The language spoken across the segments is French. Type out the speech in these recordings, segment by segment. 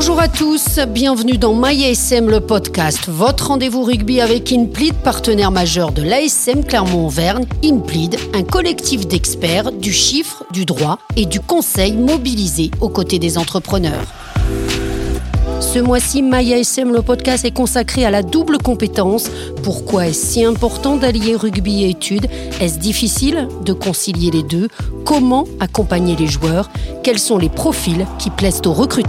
Bonjour à tous, bienvenue dans MyASM, le podcast, votre rendez-vous rugby avec InPleed, partenaire majeur de l'ASM Clermont-Auvergne. InPleed, un collectif d'experts du chiffre, du droit et du conseil mobilisés aux côtés des entrepreneurs. Ce mois-ci, MyASM, le podcast, est consacré à la double compétence. Pourquoi est-ce si important d'allier rugby et études ? Est-ce difficile de concilier les deux ? Comment accompagner les joueurs ? Quels sont les profils qui plaisent aux recruteurs ?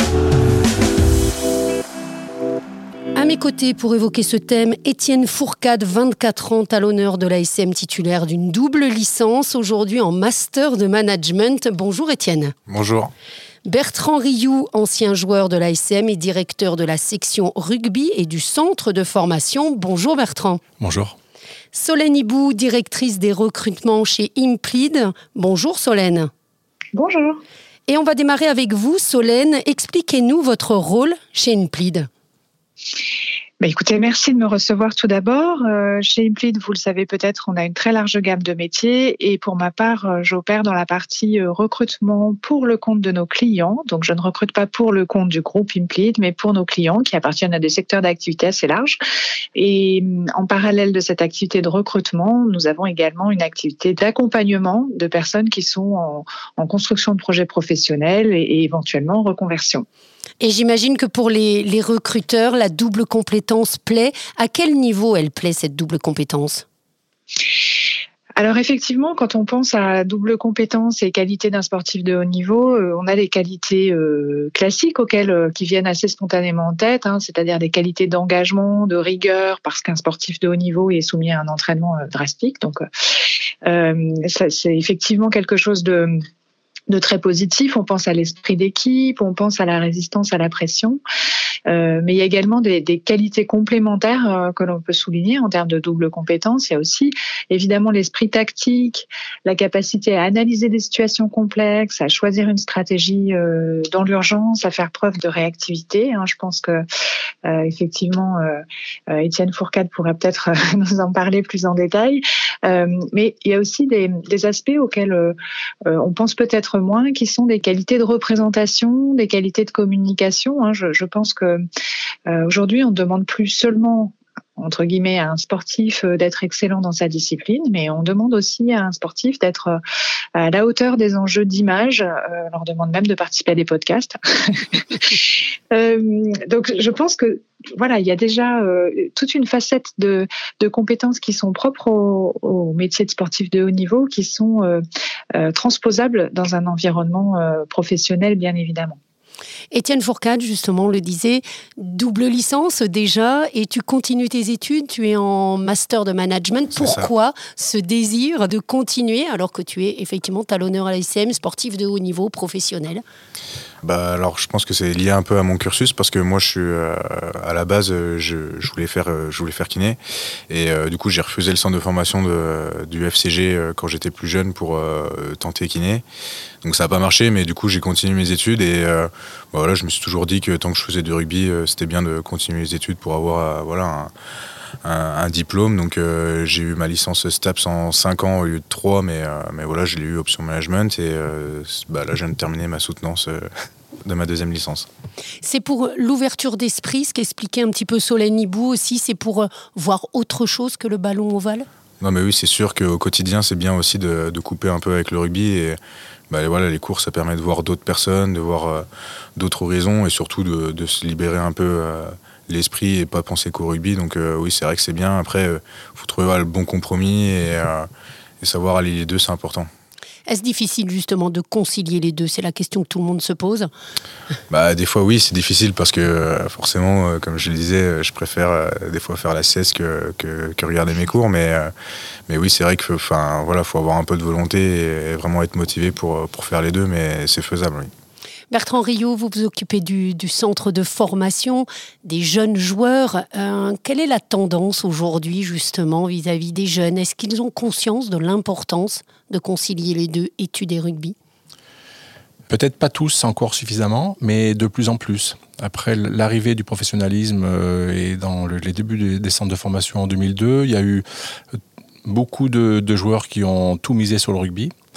À mes côtés, pour évoquer ce thème, Étienne Fourcade, 24 ans, talonneur de l'ASM, titulaire d'une double licence, aujourd'hui en master de management. Bonjour Étienne. Bonjour. Bertrand Rioux, ancien joueur de l'ASM et directeur de la section rugby et du centre de formation. Bonjour Bertrand. Bonjour. Solène Hibou, directrice des recrutements chez InPleed. Bonjour Solène. Bonjour. Et on va démarrer avec vous, Solène. Expliquez-nous votre rôle chez InPleed. Écoutez, merci de me recevoir tout d'abord. Chez InPleed, vous le savez peut-être, on a une très large gamme de métiers et pour ma part, j'opère dans la partie recrutement pour le compte de nos clients. Donc, je ne recrute pas pour le compte du groupe InPleed, mais pour nos clients qui appartiennent à des secteurs d'activité assez larges. Et en parallèle de cette activité de recrutement, nous avons également une activité d'accompagnement de personnes qui sont en construction de projets professionnels et éventuellement en reconversion. Et j'imagine que pour les recruteurs, la double compétence plaît. À quel niveau elle plaît, cette double compétence ? Alors effectivement, quand on pense à double compétence et qualité d'un sportif de haut niveau, on a des qualités classiques qui viennent assez spontanément en tête, c'est-à-dire des qualités d'engagement, de rigueur, parce qu'un sportif de haut niveau est soumis à un entraînement drastique. Donc ça, c'est effectivement quelque chose de très positif. On pense à l'esprit d'équipe, on pense à la résistance à la pression. Mais il y a également des qualités complémentaires que l'on peut souligner en termes de double compétence. Il y a aussi évidemment l'esprit tactique, la capacité à analyser des situations complexes, à choisir une stratégie dans l'urgence, à faire preuve de réactivité. Je pense que effectivement, Étienne Fourcade pourrait peut-être nous en parler plus en détail. Mais il y a aussi des aspects auxquels on pense peut-être moins, qui sont des qualités de représentation, des qualités de communication. Je pense que aujourd'hui, on ne demande plus seulement entre guillemets à un sportif d'être excellent dans sa discipline, mais on demande aussi à un sportif d'être à la hauteur des enjeux d'image. On leur demande même de participer à des podcasts. Donc je pense que voilà, il y a déjà toute une facette de compétences qui sont propres au métier de sportif de haut niveau, qui sont transposables dans un environnement professionnel, bien évidemment. Étienne Fourcade, justement, le disait, double licence déjà, et tu continues tes études, tu es en master de management. Pourquoi ce désir de continuer alors que tu es effectivement talonneur à l'ASM, sportif de haut niveau, professionnel ? Alors, je pense que c'est lié un peu à mon cursus parce que moi, je suis à la base, je voulais faire kiné et du coup, j'ai refusé le centre de formation du FCG quand j'étais plus jeune pour tenter kiné. Donc, ça n'a pas marché, mais du coup, j'ai continué mes études et voilà, je me suis toujours dit que tant que je faisais du rugby, c'était bien de continuer les études pour avoir un diplôme. Donc j'ai eu ma licence STAPS en 5 ans au lieu de 3, mais voilà, je l'ai eu option management et là je viens de terminer ma soutenance de ma deuxième licence. C'est pour l'ouverture d'esprit, ce qu'expliquait un petit peu Solène Hibou aussi, c'est pour voir autre chose que le ballon ovale ? Non mais oui, c'est sûr qu'au quotidien c'est bien aussi de couper un peu avec le rugby et voilà, les cours ça permet de voir d'autres personnes, de voir d'autres horizons et surtout de se libérer un peu l'esprit et pas penser qu'au rugby. Donc oui, c'est vrai que c'est bien. Après, faut trouver le bon compromis et savoir allier les deux, c'est important. Est-ce difficile justement de concilier les deux ? C'est la question que tout le monde se pose. Des fois oui, c'est difficile parce que forcément, comme je le disais, je préfère des fois faire la sieste que regarder mes cours. Mais oui, c'est vrai qu'il faut avoir un peu de volonté et vraiment être motivé pour faire les deux, mais c'est faisable, oui. Bertrand Rioux, vous vous occupez du centre de formation des jeunes joueurs. Quelle est la tendance aujourd'hui justement vis-à-vis des jeunes ? Est-ce qu'ils ont conscience de l'importance de concilier les deux, études et rugby ? Peut-être pas tous encore suffisamment, mais de plus en plus. Après l'arrivée du professionnalisme et dans les débuts des centres de formation en 2002, il y a eu beaucoup de joueurs qui ont tout misé sur le rugby.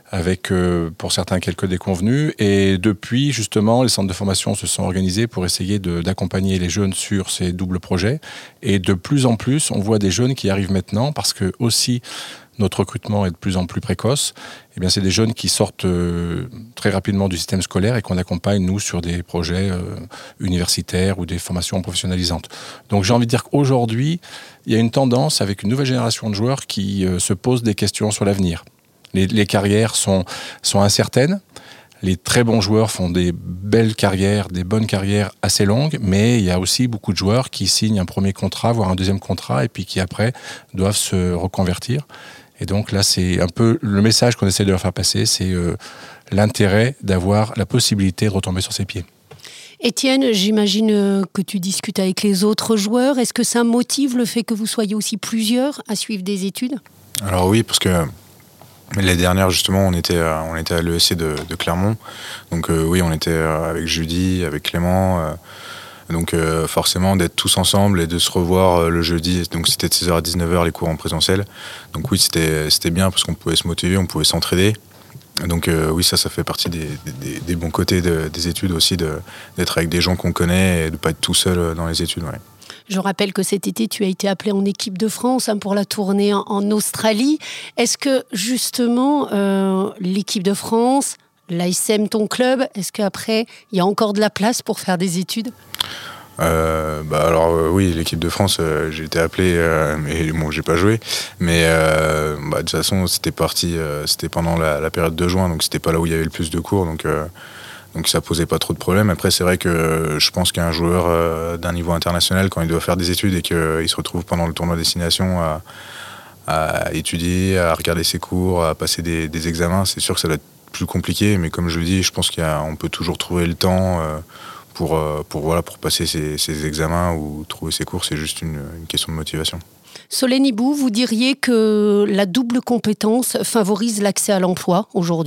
avec pour certains quelques déconvenus. Et depuis, justement, les centres de formation se sont organisés pour essayer d'accompagner les jeunes sur ces doubles projets. Et de plus en plus, on voit des jeunes qui arrivent maintenant parce que aussi notre recrutement est de plus en plus précoce. Eh bien, c'est des jeunes qui sortent très rapidement du système scolaire et qu'on accompagne, nous, sur des projets universitaires ou des formations professionnalisantes. Donc, j'ai envie de dire qu'aujourd'hui, il y a une tendance avec une nouvelle génération de joueurs qui se posent des questions sur l'avenir. Les carrières sont incertaines. Les très bons joueurs font des belles carrières, des bonnes carrières assez longues, mais il y a aussi beaucoup de joueurs qui signent un premier contrat, voire un deuxième contrat, et puis qui après doivent se reconvertir. Et donc là, c'est un peu le message qu'on essaie de leur faire passer, c'est l'intérêt d'avoir la possibilité de retomber sur ses pieds. Étienne, j'imagine que tu discutes avec les autres joueurs. Est-ce que ça motive le fait que vous soyez aussi plusieurs à suivre des études ? Alors oui, parce que les dernières, justement, on était à l'ESC de Clermont. Donc oui, on était avec Judy, avec Clément. Donc forcément, d'être tous ensemble et de se revoir le jeudi. Donc c'était de 16h à 19h les cours en présentiel. Donc oui, c'était bien parce qu'on pouvait se motiver, on pouvait s'entraider. Donc oui, ça fait partie des bons côtés des études aussi, d'être avec des gens qu'on connaît et de ne pas être tout seul dans les études. Ouais. Je rappelle que cet été, tu as été appelé en équipe de France pour la tournée en Australie. Est-ce que justement, l'équipe de France, l'ASM, ton club, est-ce qu'après, il y a encore de la place pour faire des études ? Oui, l'équipe de France, j'ai été appelé, mais bon, j'ai pas joué. Mais de toute façon, c'était pendant la période de juin, donc c'était pas là où il y avait le plus de cours, donc ça posait pas trop de problèmes. Après, c'est vrai que je pense qu'un joueur d'un niveau international, quand il doit faire des études et qu'il se retrouve pendant le tournoi destination à étudier, à regarder ses cours, à passer des examens, c'est sûr que ça doit être plus compliqué. Mais comme je le dis, je pense qu'on peut toujours trouver le temps pour passer ses examens ou trouver ses cours. C'est juste une question de motivation. Solène Hibou, vous diriez que la double compétence favorise l'accès à l'emploi aujourd'hui ?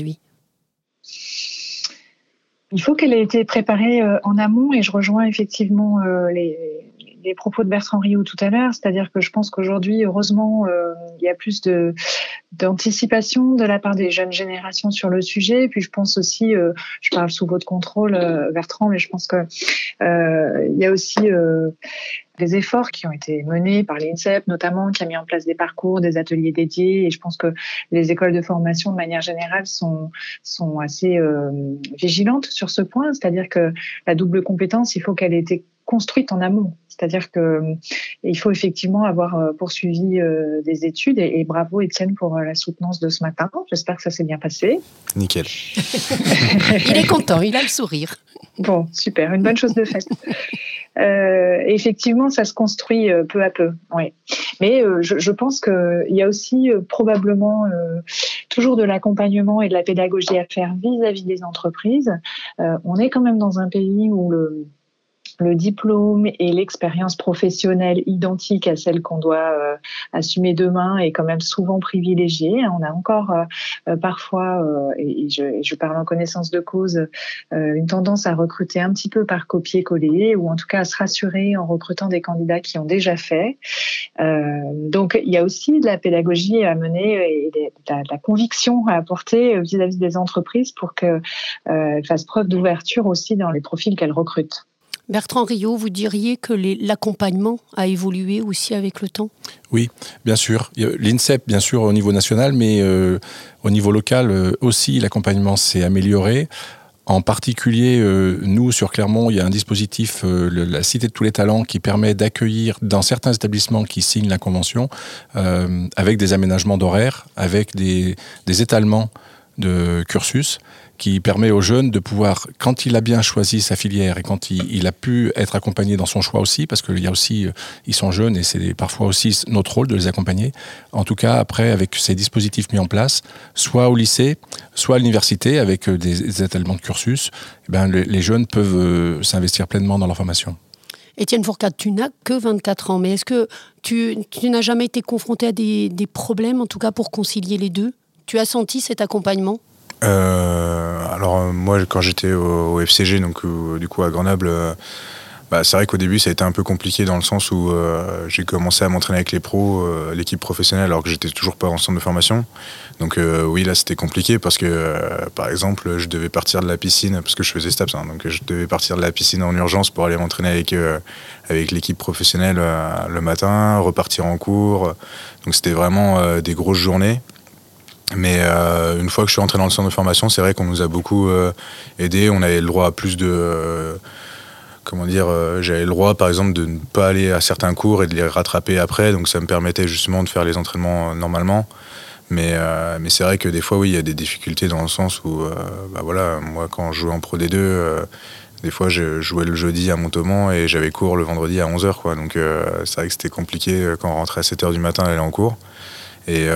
Il faut qu'elle ait été préparée en amont, et je rejoins effectivement les propos de Bertrand Riou tout à l'heure, c'est-à-dire que je pense qu'aujourd'hui, heureusement, il y a plus d'anticipation de la part des jeunes générations sur le sujet. Et puis je pense aussi, je parle sous votre contrôle, Bertrand, mais je pense que il y a aussi des efforts qui ont été menés par l'INSEP notamment, qui a mis en place des parcours, des ateliers dédiés, et je pense que les écoles de formation de manière générale sont assez vigilantes sur ce point, c'est-à-dire que la double compétence, il faut qu'elle ait été construite en amont, c'est-à-dire que il faut effectivement avoir poursuivi des études, et bravo Étienne pour la soutenance de ce matin. J'espère que ça s'est bien passé. Nickel. Il est content, il a le sourire. Bon, super, une bonne chose de faite. Et effectivement, ça se construit peu à peu. Oui. Mais je pense qu'il y a aussi probablement toujours de l'accompagnement et de la pédagogie à faire vis-à-vis des entreprises. On est quand même dans un pays où le diplôme et l'expérience professionnelle identique à celle qu'on doit assumer demain est quand même souvent privilégiée. On a encore parfois, et je parle en connaissance de cause, une tendance à recruter un petit peu par copier-coller, ou en tout cas à se rassurer en recrutant des candidats qui ont déjà fait. Donc il y a aussi de la pédagogie à mener et de la conviction à apporter vis-à-vis des entreprises pour qu'elles fassent preuve d'ouverture aussi dans les profils qu'elles recrutent. Bertrand Riou, vous diriez que l'accompagnement a évolué aussi avec le temps ? Oui, bien sûr. L'INSEP, bien sûr, au niveau national, mais au niveau local aussi, l'accompagnement s'est amélioré. En particulier, nous, sur Clermont, il y a un dispositif, la Cité de tous les talents, qui permet d'accueillir dans certains établissements qui signent la convention, avec des aménagements d'horaires, avec des étalements de cursus, qui permet aux jeunes de pouvoir, quand il a bien choisi sa filière et quand il a pu être accompagné dans son choix aussi, parce qu'il y a aussi, ils sont jeunes et c'est parfois aussi notre rôle de les accompagner. En tout cas, après, avec ces dispositifs mis en place, soit au lycée, soit à l'université, avec des étalements de cursus, les jeunes peuvent s'investir pleinement dans leur formation. Étienne Fourcade, tu n'as que 24 ans, mais est-ce que tu n'as jamais été confronté à des problèmes, en tout cas pour concilier les deux ? Tu as senti cet accompagnement ? Alors moi, quand j'étais au FCG, donc du coup à Grenoble, C'est vrai qu'au début, ça a été un peu compliqué dans le sens où j'ai commencé à m'entraîner avec les pros, l'équipe professionnelle, alors que j'étais toujours pas en centre de formation. Donc oui, là, c'était compliqué parce que, par exemple, je devais partir de la piscine, parce que je faisais STAPS, donc je devais partir de la piscine en urgence pour aller m'entraîner avec l'équipe professionnelle le matin, repartir en cours. Donc c'était vraiment des grosses journées. Mais une fois que je suis rentré dans le centre de formation, c'est vrai qu'on nous a beaucoup aidés. On avait le droit à plus de... j'avais le droit, par exemple, de ne pas aller à certains cours et de les rattraper après. Donc ça me permettait justement de faire les entraînements normalement. Mais c'est vrai que des fois, oui, il y a des difficultés dans le sens où, moi, quand je jouais en Pro D2, des fois, je jouais le jeudi à Montauban et j'avais cours le vendredi à 11h, quoi. Donc c'est vrai que c'était compliqué quand on rentrait à 7h du matin à aller en cours. Et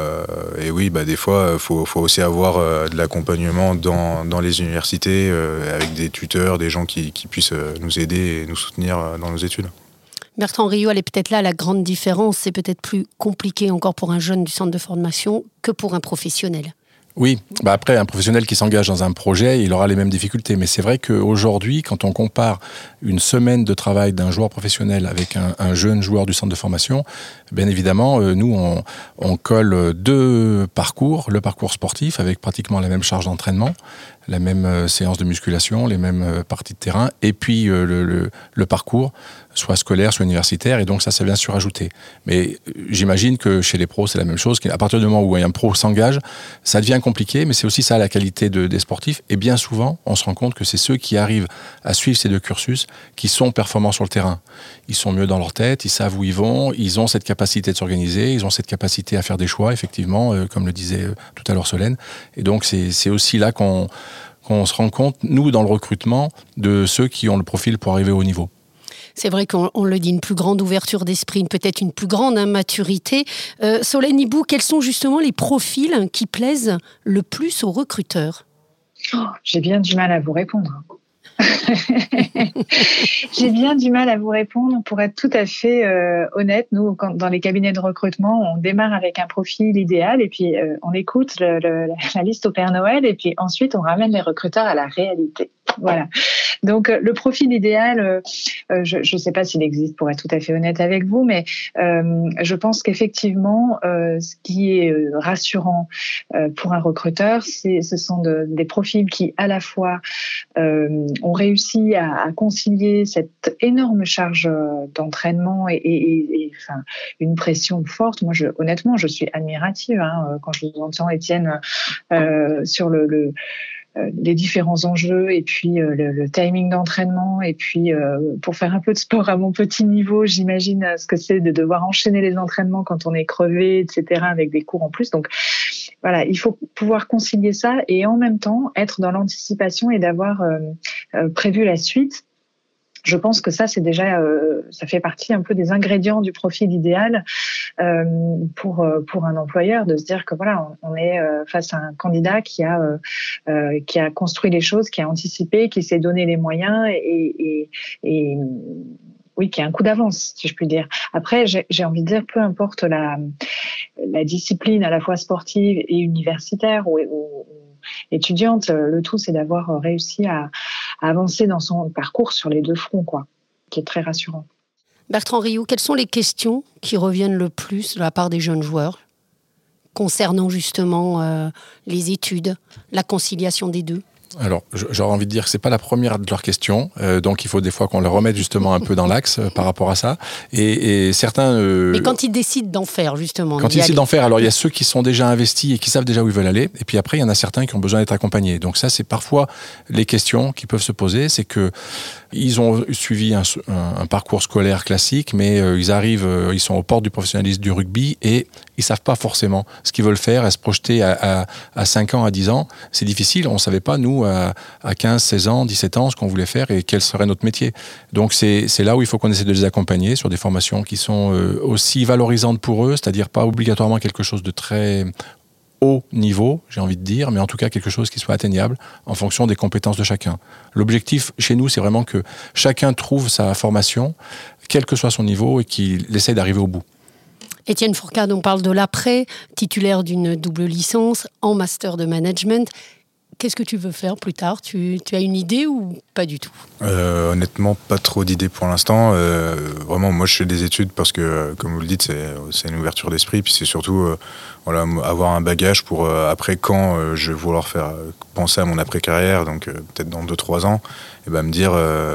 oui, des fois, faut aussi avoir de l'accompagnement dans les universités, avec des tuteurs, des gens qui puissent nous aider et nous soutenir dans nos études. Bertrand Riou, elle est peut-être là la grande différence. C'est peut-être plus compliqué encore pour un jeune du centre de formation que pour un professionnel. Oui, après, un professionnel qui s'engage dans un projet, il aura les mêmes difficultés. Mais c'est vrai qu'aujourd'hui, quand on compare une semaine de travail d'un joueur professionnel avec un jeune joueur du centre de formation, bien évidemment, nous, on colle 2 parcours. Le parcours sportif, avec pratiquement la même charge d'entraînement, la même séance de musculation, les mêmes parties de terrain, et puis le parcours, soit scolaire, soit universitaire, et donc ça vient surajouter. Mais j'imagine que chez les pros, c'est la même chose. À partir du moment où un pro s'engage, ça devient compliqué, mais c'est aussi ça la qualité des sportifs. Et bien souvent, on se rend compte que c'est ceux qui arrivent à suivre ces 2 cursus qui sont performants sur le terrain. Ils sont mieux dans leur tête, ils savent où ils vont, ils ont cette capacité de s'organiser, ils ont cette capacité à faire des choix, effectivement, comme le disait tout à l'heure Solène. Et donc, c'est aussi là qu'on se rend compte, nous, dans le recrutement, de ceux qui ont le profil pour arriver au haut niveau. C'est vrai qu'on le dit, une plus grande ouverture d'esprit, peut-être une plus grande maturité. Solène Hibou, quels sont justement les profils qui plaisent le plus aux recruteurs ? J'ai bien du mal à vous répondre. J'ai bien du mal à vous répondre. Pour être tout à fait honnête, nous, dans les cabinets de recrutement, on démarre avec un profil idéal et puis on écoute la liste au Père Noël et puis ensuite on ramène les recruteurs à la réalité. Voilà. Donc le profil idéal, je ne sais pas s'il existe, pour être tout à fait honnête avec vous, mais je pense qu'effectivement, ce qui est rassurant pour un recruteur, ce sont des profils qui à la fois ont réussi à concilier cette énorme charge d'entraînement et enfin, une pression forte. Moi, honnêtement, je suis admirative quand je vous entends, Étienne, sur les différents enjeux et puis le timing d'entraînement et puis pour faire un peu de sport à mon petit niveau, j'imagine ce que c'est de devoir enchaîner les entraînements quand on est crevé, etc., avec des cours en plus. Donc voilà, il faut pouvoir concilier ça et en même temps être dans l'anticipation et d'avoir prévu la suite. Je pense que ça, c'est déjà, ça fait partie un peu des ingrédients du profil idéal pour un employeur, de se dire que voilà, on est face à un candidat qui a construit les choses, qui a anticipé, qui s'est donné les moyens et oui, qui a un coup d'avance, si je puis dire. Après, j'ai envie de dire, peu importe la discipline à la fois sportive et universitaire ou étudiante, le tout, c'est d'avoir réussi à avancer dans son parcours sur les 2 fronts, quoi, qui est très rassurant. Bertrand Riou, quelles sont les questions qui reviennent le plus de la part des jeunes joueurs concernant justement les études, la conciliation des 2 ? Alors, j'aurais envie de dire que c'est pas la première de leurs questions, donc il faut des fois qu'on les remette justement un peu dans l'axe par rapport à ça. Et certains. Mais quand ils décident d'en faire justement. Quand ils décident d'en faire, alors il y a ceux qui sont déjà investis et qui savent déjà où ils veulent aller, et puis après il y en a certains qui ont besoin d'être accompagnés. Donc ça, c'est parfois les questions qui peuvent se poser, c'est que ils ont suivi un parcours scolaire classique, mais ils arrivent, ils sont aux portes du professionnalisme du rugby et ils savent pas forcément ce qu'ils veulent faire, et se projeter à 5 ans, à 10 ans, c'est difficile. On savait pas, nous, à 15, 16 ans, 17 ans, ce qu'on voulait faire et quel serait notre métier. Donc c'est là où il faut qu'on essaie de les accompagner sur des formations qui sont aussi valorisantes pour eux, c'est-à-dire pas obligatoirement quelque chose de très haut niveau, j'ai envie de dire, mais en tout cas quelque chose qui soit atteignable en fonction des compétences de chacun. L'objectif chez nous, c'est vraiment que chacun trouve sa formation, quel que soit son niveau, et qu'il essaie d'arriver au bout. Étienne Fourcade, on parle de l'après, titulaire d'une double licence en master de management. qu'est-ce que tu veux faire plus tard ? Tu as une idée ou pas du tout ? Honnêtement, pas trop d'idées pour l'instant. Vraiment, moi, je fais des études parce que, comme vous le dites, c'est une ouverture d'esprit. Puis c'est surtout avoir un bagage pour après, quand je vais vouloir penser à mon après-carrière, donc peut-être dans 2-3 ans, et me dire,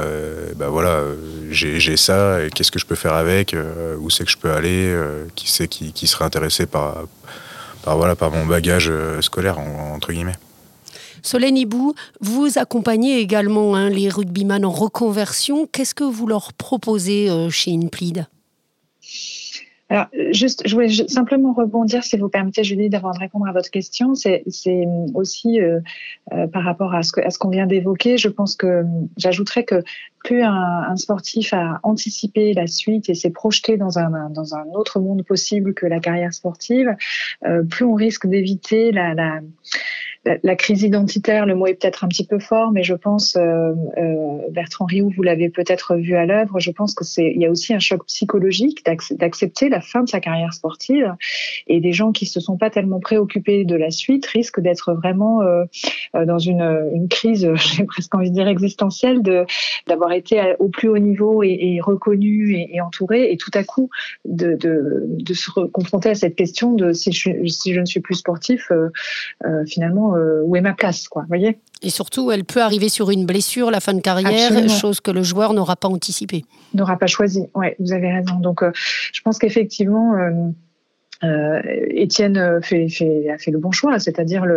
j'ai ça, et qu'est-ce que je peux faire avec, où c'est que je peux aller, qui c'est qui serait intéressé par mon bagage scolaire, entre guillemets. Solène Hibou, vous accompagnez également les rugbyman en reconversion. Qu'est-ce que vous leur proposez chez InPleed ? Alors, je voulais simplement rebondir, si vous permettez, Julie, d'avant de répondre à votre question. C'est aussi par rapport à ce qu'on vient d'évoquer. Je pense que j'ajouterais que plus un sportif a anticipé la suite et s'est projeté dans un autre monde possible que la carrière sportive, plus on risque d'éviter la crise identitaire. Le mot est peut-être un petit peu fort, mais je pense, Bertrand Rioux, vous l'avez peut-être vu à l'œuvre, je pense il y a aussi un choc psychologique d'accepter la fin de sa carrière sportive, et des gens qui se sont pas tellement préoccupés de la suite risquent d'être vraiment dans une crise, j'ai presque envie de dire existentielle, d'avoir été au plus haut niveau et reconnu et entouré, et tout à coup de se confronter à cette question de si je ne suis plus sportif, finalement, où est ma place, quoi, voyez ? Et surtout, elle peut arriver sur une blessure, la fin de carrière, absolument, chose que le joueur n'aura pas anticipée. N'aura pas choisi, oui, vous avez raison. Donc, je pense qu'effectivement, Étienne a fait le bon choix, c'est-à-dire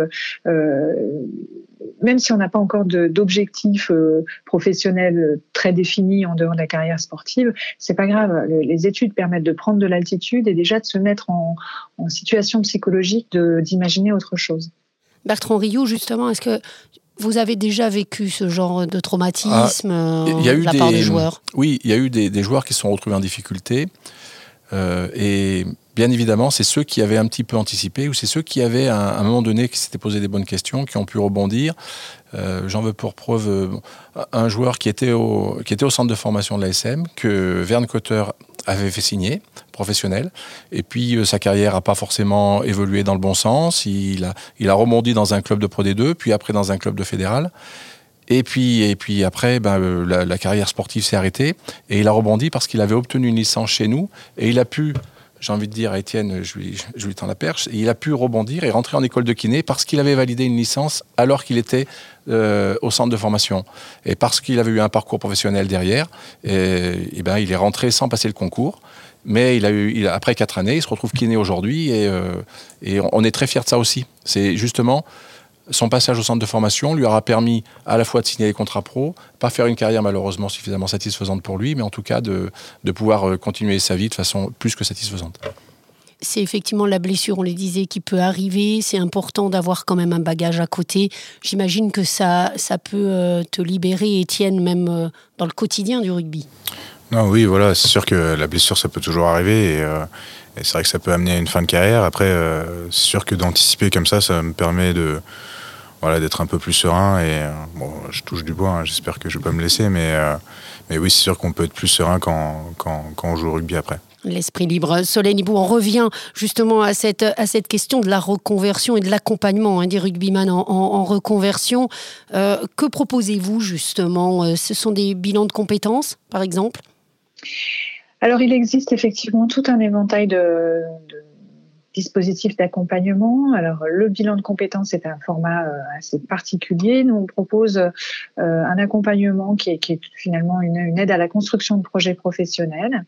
même si on n'a pas encore d'objectifs professionnels très définis en dehors de la carrière sportive, c'est pas grave. Les études permettent de prendre de l'altitude et déjà de se mettre en situation psychologique d'imaginer autre chose. Bertrand Rioux, justement, est-ce que vous avez déjà vécu ce genre de traumatisme de la part des joueurs ? Oui, il y a eu des joueurs qui se sont retrouvés en difficulté. Et bien évidemment, c'est ceux qui avaient un petit peu anticipé, ou c'est ceux qui avaient, à un moment donné, qui s'étaient posé des bonnes questions, qui ont pu rebondir. J'en veux pour preuve un joueur qui était au centre de formation de l'ASM, que Verne Cotter avait fait signer, professionnel. Et puis, sa carrière n'a pas forcément évolué dans le bon sens. Il a rebondi dans un club de Pro D2, puis après dans un club de fédéral. Et puis après, la carrière sportive s'est arrêtée. Et il a rebondi parce qu'il avait obtenu une licence chez nous. Et il a pu, j'ai envie de dire à Étienne, je lui tends la perche, et il a pu rebondir et rentrer en école de kiné parce qu'il avait validé une licence alors qu'il était au centre de formation. Et parce qu'il avait eu un parcours professionnel derrière, il est rentré sans passer le concours. Mais après 4 années, il se retrouve kiné aujourd'hui et on est très fiers de ça aussi. C'est justement son passage au centre de formation lui aura permis à la fois de signer les contrats pro, pas faire une carrière malheureusement suffisamment satisfaisante pour lui, mais en tout cas de pouvoir continuer sa vie de façon plus que satisfaisante. C'est effectivement la blessure, on le disait, qui peut arriver. C'est important d'avoir quand même un bagage à côté. J'imagine que ça peut te libérer, Étienne, même dans le quotidien du rugby. Non, oui, voilà, c'est sûr que la blessure, ça peut toujours arriver et c'est vrai que ça peut amener à une fin de carrière. Après, c'est sûr que d'anticiper comme ça me permet d'être un peu plus serein et je touche du bois, hein, j'espère que je ne vais pas me laisser, mais oui, c'est sûr qu'on peut être plus serein quand on joue au rugby après. L'esprit libre. Solène Hibou, on revient justement à cette question de la reconversion et de l'accompagnement des rugbyman en reconversion. Que proposez-vous justement ? Ce sont des bilans de compétences, par exemple ? Alors, il existe effectivement tout un éventail de dispositifs d'accompagnement. Alors, le bilan de compétences est un format assez particulier. Nous, on propose un accompagnement qui est finalement une aide à la construction de projets professionnels.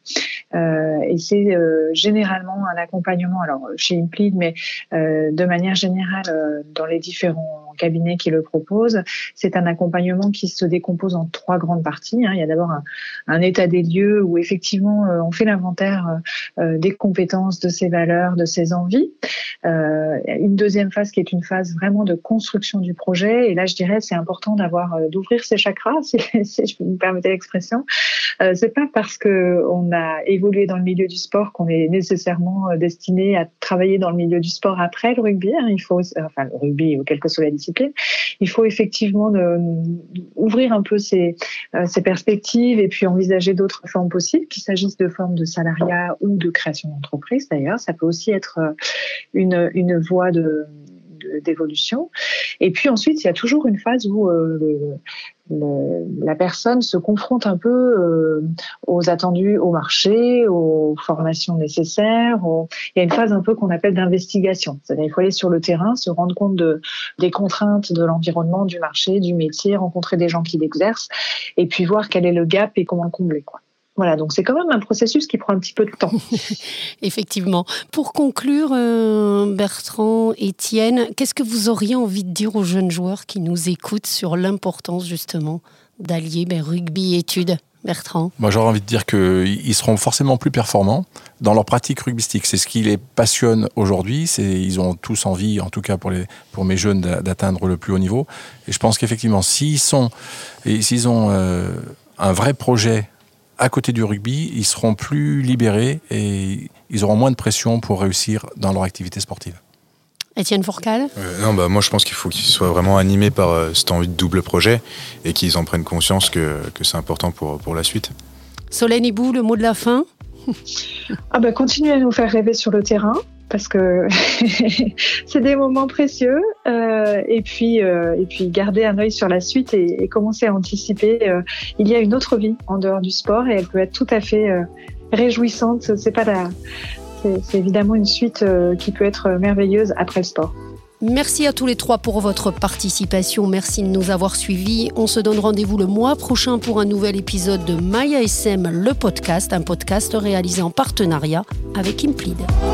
Et c'est généralement un accompagnement, alors chez InPleed, mais de manière générale dans les différents cabinets qui le proposent. C'est un accompagnement qui se décompose en 3 grandes parties. Il y a d'abord un état des lieux où effectivement on fait l'inventaire des compétences, de ses valeurs, de ses envies. Une deuxième phase qui est une phase vraiment de construction du projet. Et là, je dirais, c'est important d'ouvrir ses chakras, si je me permettez l'expression. C'est pas parce que on a évolué dans le milieu du sport qu'on est nécessairement destiné à travailler dans le milieu du sport après le rugby. Le rugby ou quelle que soit la discipline. Il faut effectivement ouvrir un peu ses perspectives et puis envisager d'autres formes possibles, qu'il s'agisse de formes de salariat ou de création d'entreprise. D'ailleurs, ça peut aussi être une voie de d'évolution. Et puis ensuite, il y a toujours une phase où la personne se confronte un peu aux attendus au marché, aux formations nécessaires. Il y a une phase un peu qu'on appelle d'investigation. C'est-à-dire qu'il faut aller sur le terrain, se rendre compte des contraintes de l'environnement, du marché, du métier, rencontrer des gens qui l'exercent et puis voir quel est le gap et comment le combler, quoi. Voilà, donc c'est quand même un processus qui prend un petit peu de temps. Effectivement. Pour conclure, Bertrand, Étienne, qu'est-ce que vous auriez envie de dire aux jeunes joueurs qui nous écoutent sur l'importance justement d'allier rugby et études ? Bertrand ? Moi, j'aurais envie de dire qu'ils seront forcément plus performants dans leur pratique rugbystique. C'est ce qui les passionne aujourd'hui. Ils ont tous envie, en tout cas pour mes jeunes, d'atteindre le plus haut niveau. Et je pense qu'effectivement, s'ils ont un vrai projet à côté du rugby, ils seront plus libérés et ils auront moins de pression pour réussir dans leur activité sportive. Étienne Fourcade ? Moi je pense qu'il faut qu'ils soient vraiment animés par cette envie de double projet et qu'ils en prennent conscience que c'est important pour la suite. Solène Hibou, le mot de la fin ? Continuez à nous faire rêver sur le terrain parce que c'est des moments précieux et puis garder un œil sur la suite et commencer à anticiper. Il y a une autre vie en dehors du sport et elle peut être tout à fait réjouissante. C'est évidemment une suite qui peut être merveilleuse après le sport. Merci à tous les trois pour votre participation. Merci de nous avoir suivis. On se donne rendez-vous le mois prochain pour un nouvel épisode de MyASM, le podcast, un podcast réalisé en partenariat avec Implid.